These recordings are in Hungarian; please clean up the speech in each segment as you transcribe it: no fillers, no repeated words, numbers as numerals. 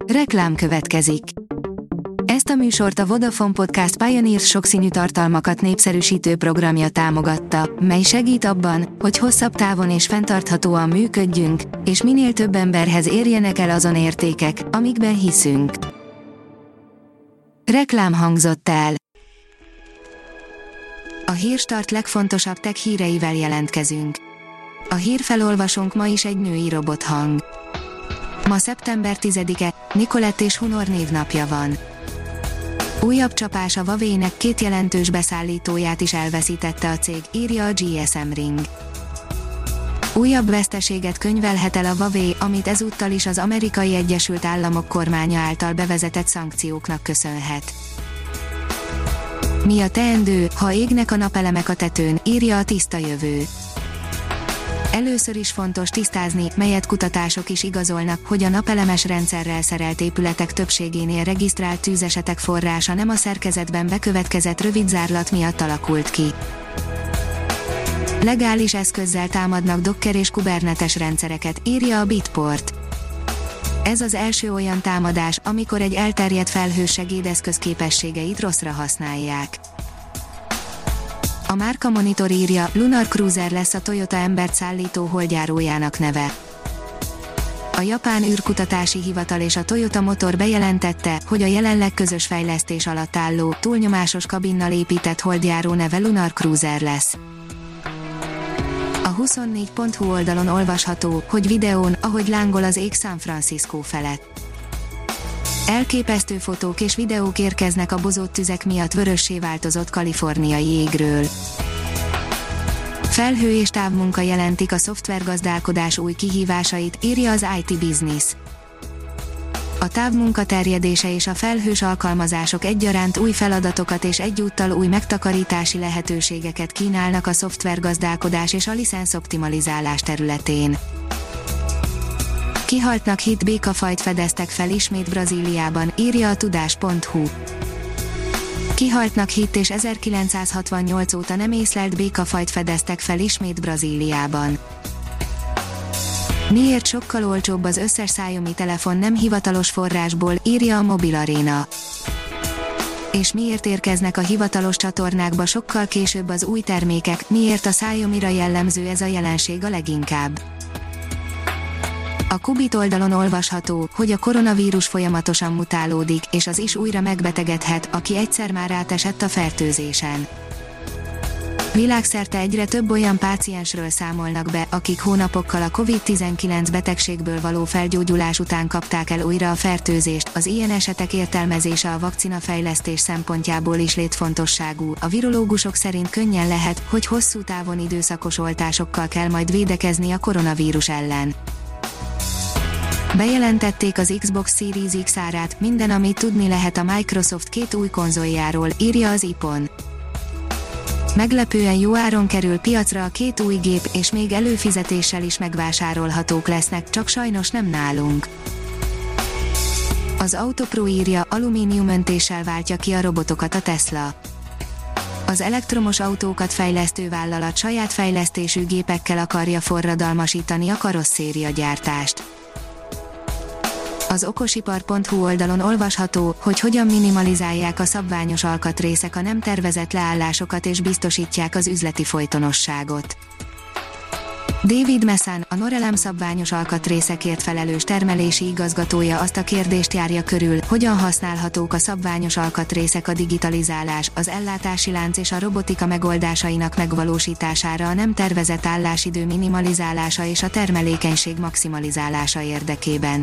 Reklám következik. Ezt a műsort a Vodafone Podcast Pioneers sokszínű tartalmakat népszerűsítő programja támogatta, mely segít abban, hogy hosszabb távon és fenntarthatóan működjünk, és minél több emberhez érjenek el azon értékek, amikben hiszünk. Reklám hangzott el. A Hírstart legfontosabb tech híreivel jelentkezünk. A hírfelolvasónk ma is egy női robothang. Ma szeptember 10-e, Nicolette és Hunor névnapja van. Újabb csapás a Huawei-nek 2 jelentős beszállítóját is elveszítette a cég, írja a GSM Ring. Újabb veszteséget könyvelhet el a Huawei, amit ezúttal is az Amerikai Egyesült Államok kormánya által bevezetett szankcióknak köszönhet. Mi a teendő, ha égnek a napelemek a tetőn, írja a Tiszta Jövő. Először is fontos tisztázni, melyet kutatások is igazolnak, hogy a napelemes rendszerrel szerelt épületek többségénél regisztrált tűzesetek forrása nem a szerkezetben bekövetkezett rövid zárlat miatt alakult ki. Legális eszközzel támadnak Docker és Kubernetes rendszereket, írja a Bitport. Ez az első olyan támadás, amikor egy elterjedt felhős segédeszköz képességeit rosszra használják. A Márka Monitor írja, Lunar Cruiser lesz a Toyota embert szállító holdjárójának neve. A japán űrkutatási hivatal és a Toyota Motor bejelentette, hogy a jelenleg közös fejlesztés alatt álló, túlnyomásos kabinnal épített holdjáró neve Lunar Cruiser lesz. A 24.hu oldalon olvasható, hogy videón, ahogy lángol az ég San Francisco felett. Elképesztő fotók és videók érkeznek a bozott tüzek miatt vörössé változott kaliforniai égről. Felhő és távmunka jelentik a szoftvergazdálkodás új kihívásait, írja az IT Business. A távmunka terjedése és a felhős alkalmazások egyaránt új feladatokat és egyúttal új megtakarítási lehetőségeket kínálnak a szoftvergazdálkodás és a licenszoptimalizálás területén. Kihaltnak hit békafajt fedeztek fel ismét Brazíliában, írja a tudás.hu. Kihaltnak hit és 1968 óta nem észlelt békafajt fedeztek fel ismét Brazíliában. Miért sokkal olcsóbb az összes Xiaomi telefon nem hivatalos forrásból, írja a Mobil Arena. És miért érkeznek a hivatalos csatornákba sokkal később az új termékek, miért a Xiaomira jellemző ez a jelenség a leginkább? A Kubit oldalon olvasható, hogy a koronavírus folyamatosan mutálódik, és az is újra megbetegedhet, aki egyszer már átesett a fertőzésen. Világszerte egyre több olyan páciensről számolnak be, akik hónapokkal a COVID-19 betegségből való felgyógyulás után kapták el újra a fertőzést. Az ilyen esetek értelmezése a vakcinafejlesztés szempontjából is létfontosságú. A virológusok szerint könnyen lehet, hogy hosszú távon időszakos oltásokkal kell majd védekezni a koronavírus ellen. Bejelentették az Xbox Series X árát, minden amit tudni lehet a Microsoft 2 új konzoljáról, írja az IPON. Meglepően jó áron kerül piacra a 2 új gép, és még előfizetéssel is megvásárolhatók lesznek, csak sajnos nem nálunk. Az Autopro írja, alumíniumöntéssel váltja ki a robotokat a Tesla. Az elektromos autókat fejlesztő vállalat saját fejlesztésű gépekkel akarja forradalmasítani a karosszériagyártást. Az okosipar.hu oldalon olvasható, hogy hogyan minimalizálják a szabványos alkatrészek a nem tervezett leállásokat és biztosítják az üzleti folytonosságot. David Messan, a Norelem szabványos alkatrészekért felelős termelési igazgatója azt a kérdést járja körül, hogyan használhatók a szabványos alkatrészek a digitalizálás, az ellátási lánc és a robotika megoldásainak megvalósítására a nem tervezett állásidő minimalizálása és a termelékenység maximalizálása érdekében.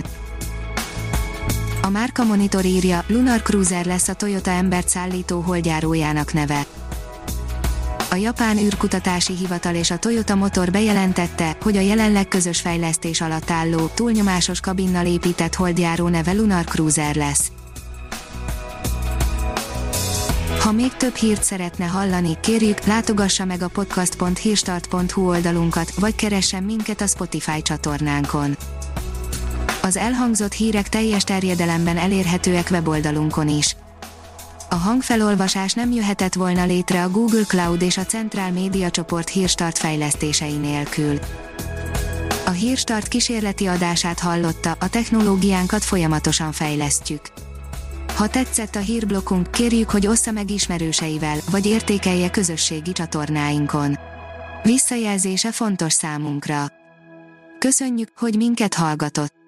A Márka Monitor írja, Lunar Cruiser lesz a Toyota embert szállító holdjárójának neve. A japán űrkutatási hivatal és a Toyota Motor bejelentette, hogy a jelenleg közös fejlesztés alatt álló, túlnyomásos kabinnal épített holdjáró neve Lunar Cruiser lesz. Ha még több hírt szeretne hallani, kérjük, látogassa meg a podcast.hírstart.hu oldalunkat, vagy keressen minket a Spotify csatornánkon. Az elhangzott hírek teljes terjedelemben elérhetőek weboldalunkon is. A hangfelolvasás nem jöhetett volna létre a Google Cloud és a Central Média Csoport Hírstart fejlesztései nélkül. A Hírstart kísérleti adását hallotta, a technológiánkat folyamatosan fejlesztjük. Ha tetszett a hírblokkunk, kérjük, hogy ossza meg ismerőseivel, vagy értékelje közösségi csatornáinkon. Visszajelzése fontos számunkra. Köszönjük, hogy minket hallgatott!